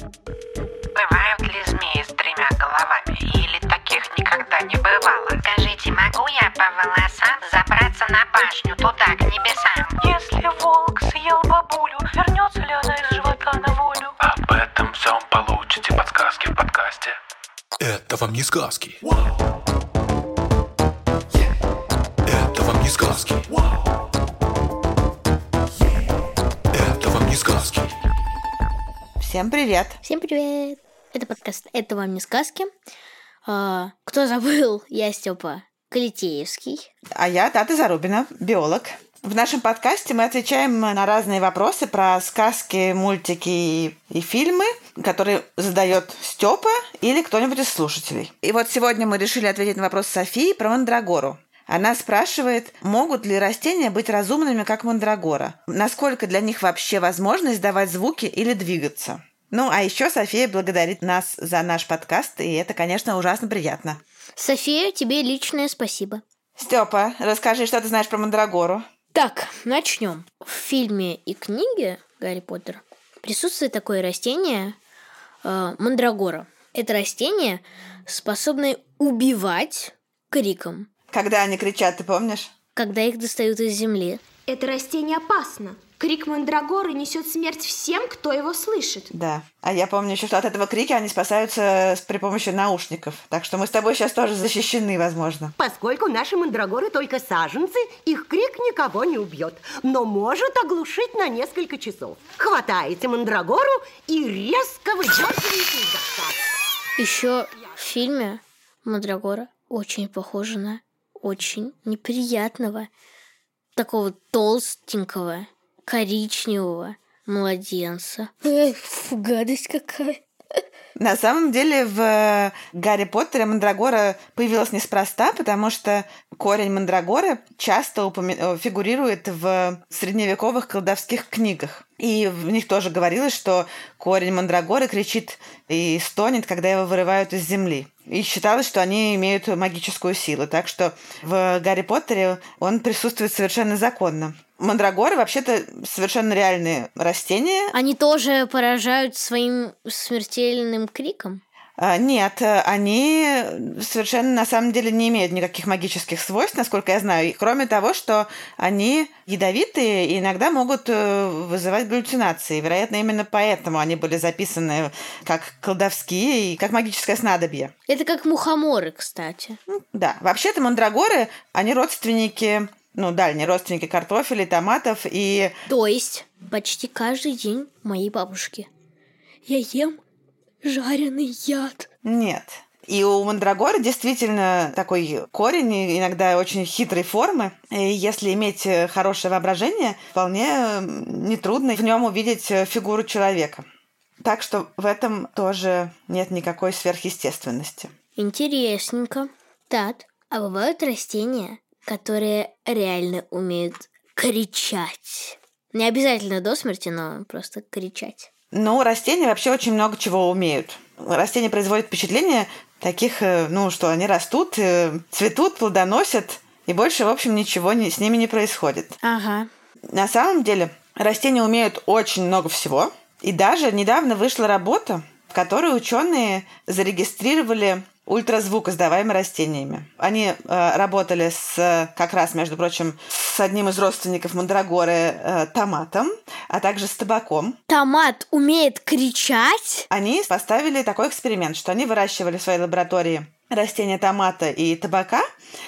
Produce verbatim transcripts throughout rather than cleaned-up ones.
Бывают ли змеи с тремя головами? Или таких никогда не бывало? Скажите, могу я по волосам забраться на башню, туда, к небесам? Если волк съел бабулю, вернется ли она из живота на волю? Об этом всем получите подсказки в подкасте. Это вам не сказки. Это вам не сказки. Это вам не сказки. Всем привет! Всем привет! Это подкаст «Это вам не сказки». А, кто забыл, я Степа Калитеевский. А я Тата Зарубина, биолог. В нашем подкасте мы отвечаем на разные вопросы про сказки, мультики и, и фильмы, которые задает Степа или кто-нибудь из слушателей. И вот сегодня мы решили ответить на вопрос Софии про мандрагору. Она спрашивает, могут ли растения быть разумными, как мандрагора? Насколько для них вообще возможно издавать звуки или двигаться? Ну, а еще София благодарит нас за наш подкаст, и это, конечно, ужасно приятно. София, тебе личное спасибо. Степа, расскажи, что ты знаешь про мандрагору? Так, начнем. В фильме и книге «Гарри Поттер» присутствует такое растение э, мандрагора. Это растение, способное убивать криком. Когда они кричат, ты помнишь? Когда их достают из земли. Это растение опасно. Крик мандрагоры несет смерть всем, кто его слышит. Да. А я помню еще, что от этого крика они спасаются при помощи наушников. Так что мы с тобой сейчас тоже защищены, возможно. Поскольку наши мандрагоры только саженцы, их крик никого не убьет, но может оглушить на несколько часов. Хватаете мандрагору и резко выдергиваете из горшка. Еще в фильме мандрагора очень похожа на очень неприятного, такого толстенького, коричневого младенца. Эх, фу, гадость какая. На самом деле в Гарри Поттере мандрагора появилась неспроста, потому что корень мандрагоры часто упоми... фигурирует в средневековых колдовских книгах. И в них тоже говорилось, что корень мандрагоры кричит и стонет, когда его вырывают из земли. И считалось, что они имеют магическую силу. Так что в Гарри Поттере он присутствует совершенно законно. Мандрагоры вообще-то совершенно реальные растения. Они тоже поражают своим смертельным криком? А, нет, они совершенно на самом деле не имеют никаких магических свойств, насколько я знаю. И кроме того, что они ядовитые и иногда могут вызывать галлюцинации. Вероятно, именно поэтому они были записаны как колдовские и как магическое снадобье. Это как мухоморы, кстати. Да, вообще-то мандрагоры, они родственники... Ну, дальние родственники картофеля, томатов и... То есть почти каждый день моей бабушки я ем жареный яд. Нет. И у мандрагоры действительно такой корень, иногда очень хитрой формы. И если иметь хорошее воображение, вполне нетрудно в нем увидеть фигуру человека. Так что в этом тоже нет никакой сверхъестественности. Интересненько. Тат, а бывают растения, которые реально умеют кричать. Не обязательно до смерти, но просто кричать. Ну, растения вообще очень много чего умеют. Растения производят впечатление таких, ну, что они растут, цветут, плодоносят, и больше, в общем, ничего не, с ними не происходит. Ага. На самом деле, растения умеют очень много всего. И даже недавно вышла работа, в которой ученые зарегистрировали ультразвук, издаваемый растениями. Они э, работали с, как раз, между прочим, с одним из родственников мандрагоры, э, томатом, а также с табаком. Томат умеет кричать? Они поставили такой эксперимент, что они выращивали в своей лаборатории растения томата и табака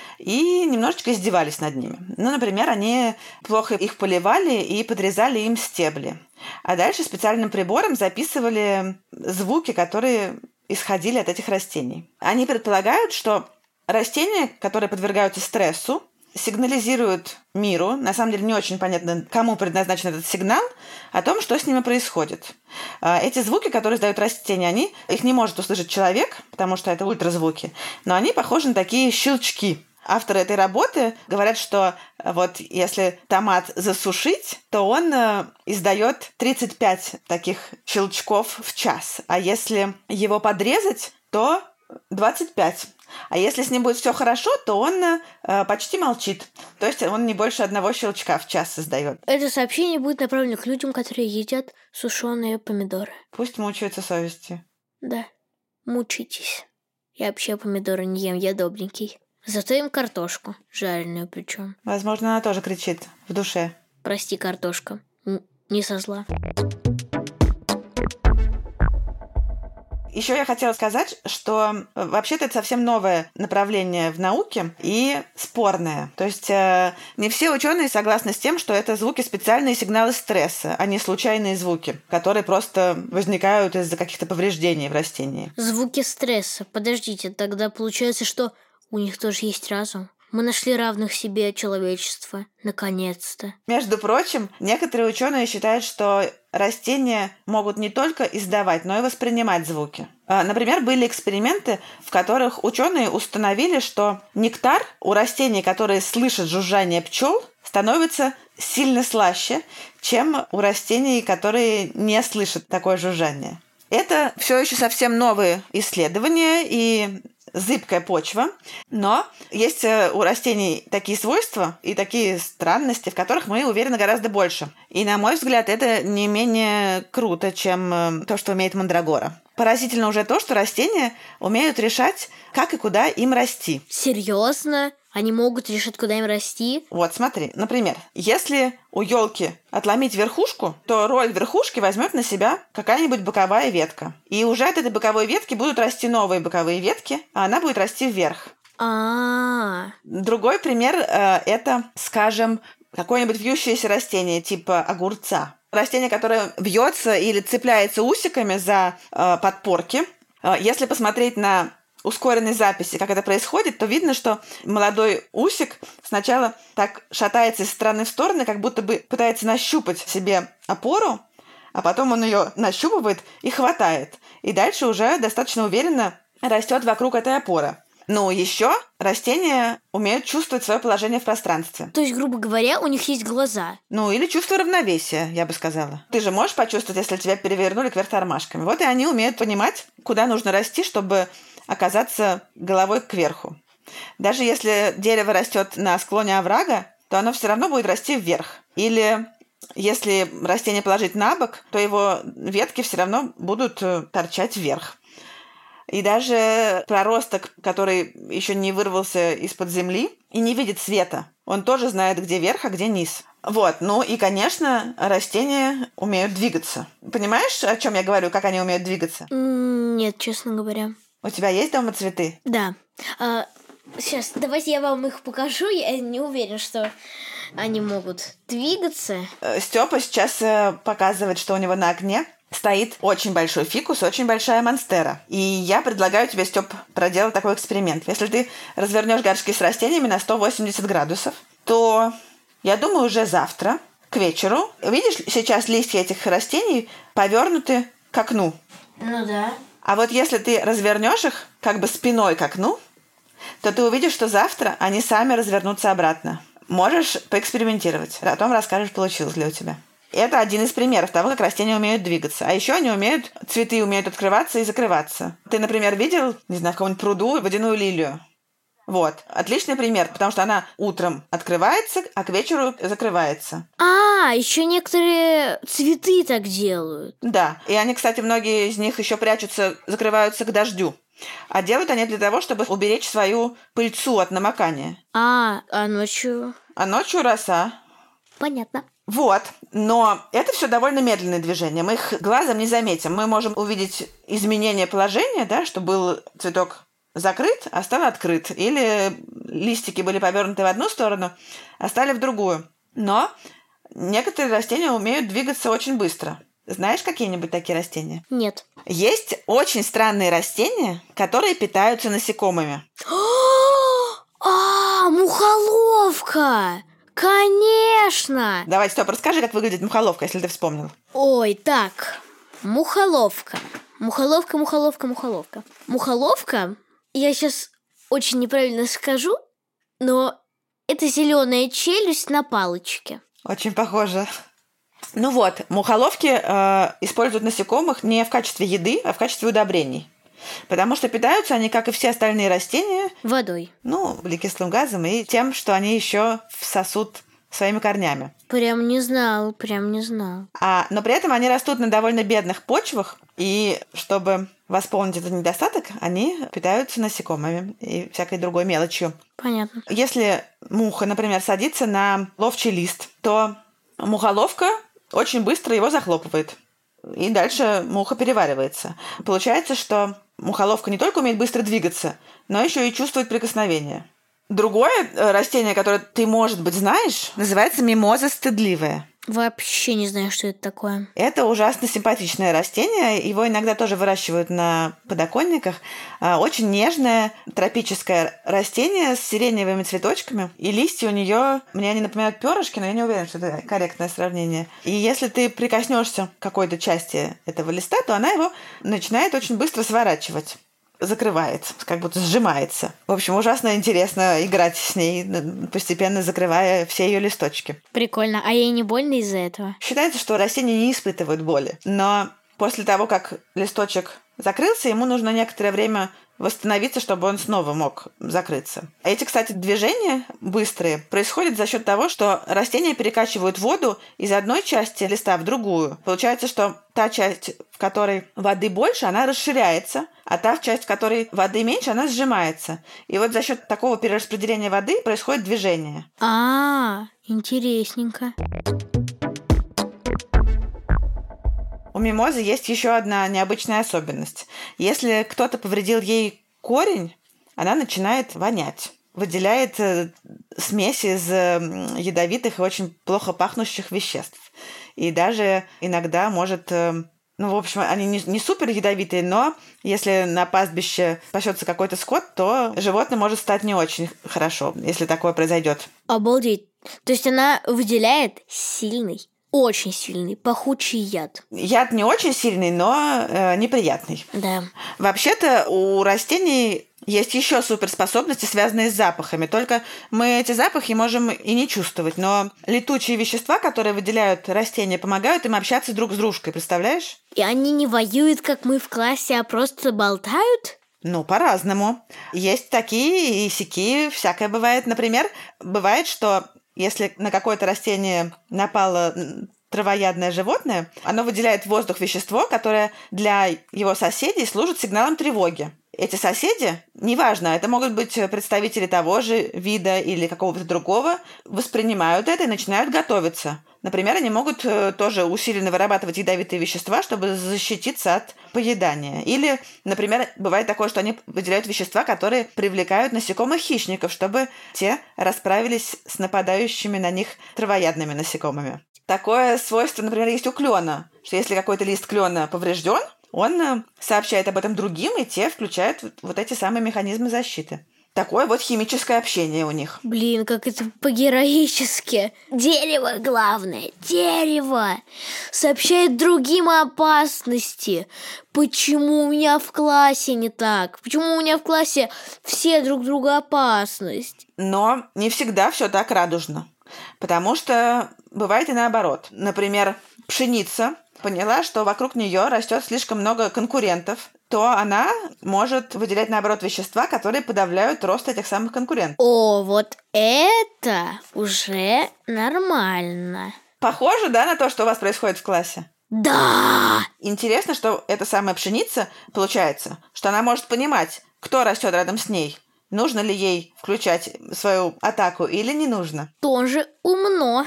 и немножечко издевались над ними. Ну, например, они плохо их поливали и подрезали им стебли. А дальше специальным прибором записывали звуки, которые исходили от этих растений. Они предполагают, что растения, которые подвергаются стрессу, сигнализируют миру, на самом деле не очень понятно, кому предназначен этот сигнал, о том, что с ними происходит. Эти звуки, которые издают растения, они, их не может услышать человек, потому что это ультразвуки, но они похожи на такие щелчки. Авторы этой работы говорят, что вот если томат засушить, то он издает тридцать пять таких щелчков в час. А если его подрезать, то двадцать пять. А если с ним будет все хорошо, то он э, почти молчит. То есть он не больше одного щелчка в час создает. Это сообщение будет направлено к людям, которые едят сушеные помидоры. Пусть мучаются совестью. Да, мучитесь. Я вообще помидоры не ем, я добренький. Зато им картошку, жареную причем. Возможно, она тоже кричит в душе. Прости, картошка, Н- не со зла. Еще я хотела сказать, что вообще-то это совсем новое направление в науке и спорное. То есть э, не все ученые согласны с тем, что это звуки специальные сигналы стресса, а не случайные звуки, которые просто возникают из-за каких-то повреждений в растении. Звуки стресса. Подождите, тогда получается, что у них тоже есть разум? Мы нашли равных себе человечества. Наконец-то. Между прочим, некоторые ученые считают, что растения могут не только издавать, но и воспринимать звуки. Например, были эксперименты, в которых ученые установили, что нектар у растений, которые слышат жужжание пчел, становится сильно слаще, чем у растений, которые не слышат такое жужжание. Это все еще совсем новые исследования и зыбкая почва, но есть у растений такие свойства и такие странности, в которых мы уверены гораздо больше. И, на мой взгляд, это не менее круто, чем то, что умеет мандрагора. Поразительно уже то, что растения умеют решать, как и куда им расти. Серьезно? Они могут решить, куда им расти? Вот, смотри, например, если у елки отломить верхушку, то роль верхушки возьмет на себя какая-нибудь боковая ветка. И уже от этой боковой ветки будут расти новые боковые ветки, а она будет расти вверх. А-а-а. Другой пример э, это, скажем, какое-нибудь вьющееся растение типа огурца. Растение, которое вьется или цепляется усиками за э, подпорки. Э, если посмотреть на ускоренной записи, как это происходит, то видно, что молодой усик сначала так шатается из стороны в сторону, как будто бы пытается нащупать себе опору, а потом он ее нащупывает и хватает. И дальше уже достаточно уверенно растет вокруг этой опоры. Ну, еще растения умеют чувствовать свое положение в пространстве. То есть, грубо говоря, у них есть глаза. Ну, или чувство равновесия, я бы сказала. Ты же можешь почувствовать, если тебя перевернули кверх тормашками. Вот и они умеют понимать, куда нужно расти, чтобы оказаться головой кверху. Даже если дерево растет на склоне оврага, то оно все равно будет расти вверх. Или если растение положить на бок, то его ветки все равно будут торчать вверх. И даже проросток, который еще не вырвался из-под земли и не видит света, он тоже знает, где верх, а где низ. Вот, ну и, конечно, растения умеют двигаться. Понимаешь, о чем я говорю, как они умеют двигаться? Нет, честно говоря. У тебя есть дома цветы? Да. А, сейчас, давайте я вам их покажу. Я не уверена, что они могут двигаться. Степа сейчас показывает, что у него на окне стоит очень большой фикус, очень большая монстера. И я предлагаю тебе, Степ, проделать такой эксперимент. Если ты развернешь горшки с растениями на сто восемьдесят градусов, то, я думаю, уже завтра, к вечеру, видишь, сейчас листья этих растений повернуты к окну. Ну да. А вот если ты развернешь их как бы спиной к окну, то ты увидишь, что завтра они сами развернутся обратно. Можешь поэкспериментировать. Потом расскажешь, получилось ли у тебя. Это один из примеров того, как растения умеют двигаться. А еще они умеют, цветы умеют открываться и закрываться. Ты, например, видел, не знаю, в каком-нибудь пруду водяную лилию? Вот. Отличный пример, потому что она утром открывается, а к вечеру закрывается. А, еще некоторые цветы так делают. Да. И они, кстати, многие из них еще прячутся, закрываются к дождю. А делают они для того, чтобы уберечь свою пыльцу от намокания. А, а ночью? А ночью роса. Понятно. Вот, но это все довольно медленные движения. Мы их глазом не заметим. Мы можем увидеть изменение положения, да, что был цветок закрыт, а стал открыт. Или листики были повернуты в одну сторону, а стали в другую. Но некоторые растения умеют двигаться очень быстро. Знаешь какие-нибудь такие растения? Нет. Есть очень странные растения, которые питаются насекомыми. А, мухоловка! Конечно! Давай, стоп, расскажи, как выглядит мухоловка, если ты вспомнил. Ой, так, мухоловка. Мухоловка, мухоловка, мухоловка. Мухоловка, я сейчас очень неправильно скажу, но это зеленая челюсть на палочке. Очень похоже. Ну вот, мухоловки э, используют насекомых не в качестве еды, а в качестве удобрений. Потому что питаются они, как и все остальные растения, Водой. ну, углекислым газом и тем, что они еще сосут своими корнями. Прям не знал, прям не знал. А, но при этом они растут на довольно бедных почвах, и чтобы восполнить этот недостаток, они питаются насекомыми и всякой другой мелочью. Понятно. Если муха, например, садится на ловчий лист, то мухоловка очень быстро его захлопывает. И дальше муха переваривается. Получается, что мухоловка не только умеет быстро двигаться, но еще и чувствует прикосновение. Другое растение, которое ты, может быть, знаешь, называется мимоза стыдливая. Вообще не знаю, что это такое. Это ужасно симпатичное растение. Его иногда тоже выращивают на подоконниках. Очень нежное тропическое растение с сиреневыми цветочками. И листья у нее, мне они напоминают перышки, но я не уверена, что это корректное сравнение. И если ты прикоснешься к какой-то части этого листа, то она его начинает очень быстро сворачивать. Закрывает, как будто сжимается. В общем, ужасно интересно играть с ней, постепенно закрывая все ее листочки. Прикольно. А ей не больно из-за этого? Считается, что растения не испытывают боли. Но после того, как листочек закрылся, ему нужно некоторое время восстановиться, чтобы он снова мог закрыться. Эти, кстати, движения быстрые происходят за счет того, что растения перекачивают воду из одной части листа в другую. Получается, что та часть, в которой воды больше, она расширяется, а та часть, в которой воды меньше, она сжимается. И вот за счет такого перераспределения воды происходит движение. А, интересненько. У мимозы есть еще одна необычная особенность. Если кто-то повредил ей корень, она начинает вонять. Выделяет смесь из ядовитых и очень плохо пахнущих веществ. И даже иногда может... Ну, в общем, они не, не супер ядовитые, но если на пастбище пасется какой-то скот, то животное может стать не очень хорошо, если такое произойдет. Обалдеть. То есть она выделяет сильный, очень сильный, пахучий яд. Яд не очень сильный, но э, неприятный. Да. Вообще-то у растений есть еще суперспособности, связанные с запахами. Только мы эти запахи можем и не чувствовать. Но летучие вещества, которые выделяют растения, помогают им общаться друг с дружкой. Представляешь? И они не воюют, как мы в классе, а просто болтают? Ну, по-разному. Есть такие и сякие, всякое бывает. Например, бывает, что если на какое-то растение напало травоядное животное, оно выделяет в воздух вещество, которое для его соседей служит сигналом тревоги. Эти соседи, неважно, это могут быть представители того же вида или какого-то другого, воспринимают это и начинают готовиться. Например, они могут тоже усиленно вырабатывать ядовитые вещества, чтобы защититься от поедания. Или, например, бывает такое, что они выделяют вещества, которые привлекают насекомых-хищников, чтобы те расправились с нападающими на них травоядными насекомыми. Такое свойство, например, есть у клена, что если какой-то лист клена поврежден, он сообщает об этом другим, и те включают вот эти самые механизмы защиты. Такое вот химическое общение у них. Блин, как это по-героически. Дерево главное, дерево сообщает другим о опасности. Почему у меня в классе не так? Почему у меня в классе все друг другу опасность? Но не всегда все так радужно. Потому что бывает и наоборот. Например, пшеница поняла, что вокруг нее растет слишком много конкурентов, то она может выделять, наоборот, вещества, которые подавляют рост этих самых конкурентов. О, вот это уже нормально. Похоже, да, на то, что у вас происходит в классе? Да! Интересно, что эта самая пшеница, получается, что она может понимать, кто растет рядом с ней. Нужно ли ей включать свою атаку или не нужно? Тоже умно.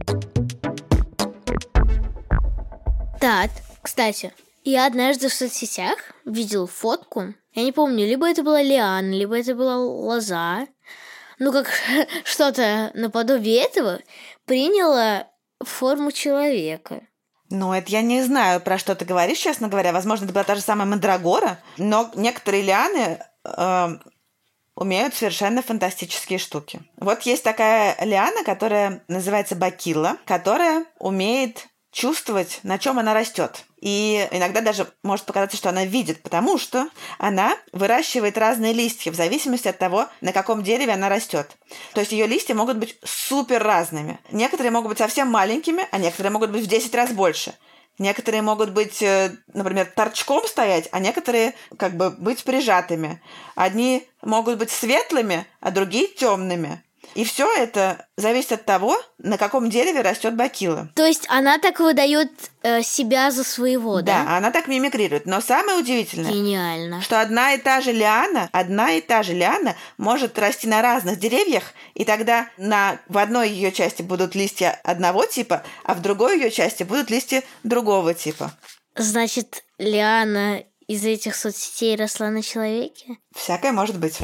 Так, кстати, я однажды в соцсетях видел фотку. Я не помню, либо это была лиана, либо это была лоза. Ну, как что-то наподобие этого приняло форму человека. Ну, это я не знаю, про что ты говоришь, честно говоря. Возможно, это была та же самая мандрагора, но некоторые лианы э, умеют совершенно фантастические штуки. Вот есть такая лиана, которая называется бакилла, которая умеет чувствовать, на чем она растет. И иногда даже может показаться, что она видит, потому что она выращивает разные листья в зависимости от того, на каком дереве она растет. То есть ее листья могут быть супер разными. Некоторые могут быть совсем маленькими, а некоторые могут быть в десять раз больше. Некоторые могут быть, например, торчком стоять, а некоторые как бы быть прижатыми. Одни могут быть светлыми, а другие темными. И все это зависит от того, на каком дереве растет бакила. То есть она так выдает э, себя за своего, да? Да, она так мимикрирует. Но самое удивительное, Гениально. что одна и та же лиана, одна и та же лиана может расти на разных деревьях, и тогда на, в одной ее части будут листья одного типа, а в другой ее части будут листья другого типа. Значит, лиана из этих соцсетей росла на человеке? Всякое может быть.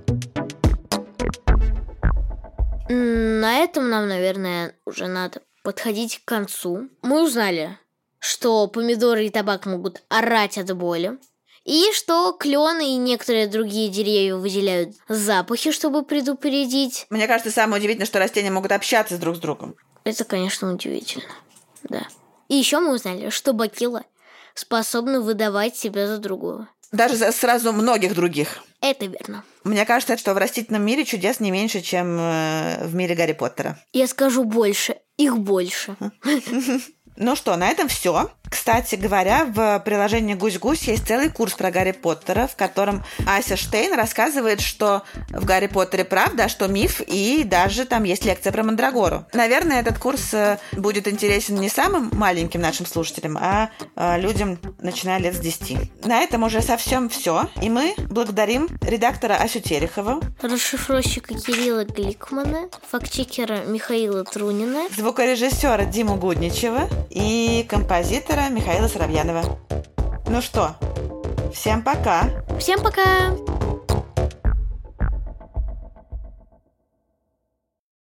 На этом нам, наверное, уже надо подходить к концу. Мы узнали, что помидоры и табак могут орать от боли, и что клены и некоторые другие деревья выделяют запахи, чтобы предупредить. Мне кажется, самое удивительное, что растения могут общаться друг с другом. Это, конечно, удивительно, да. И еще мы узнали, что бакила способна выдавать себя за другого. Даже за сразу многих других. Это верно. Мне кажется, что в растительном мире чудес не меньше, чем в мире Гарри Поттера. Я скажу больше. Их больше. Ну что, на этом все. Кстати говоря, в приложении «Гусь-гусь» есть целый курс про Гарри Поттера, в котором Ася Штейн рассказывает, что в Гарри Поттере правда, а что миф, и даже там есть лекция про Мандрагору. Наверное, этот курс будет интересен не самым маленьким нашим слушателям, а людям, начиная лет с десяти. На этом уже совсем все, и мы благодарим редактора Асю Терехову, расшифровщика Кирилла Гликмана, фактчекера Михаила Трунина, звукорежиссера Диму Гудничева и композитора Михаила Соробьянова. Ну что, всем пока! Всем пока!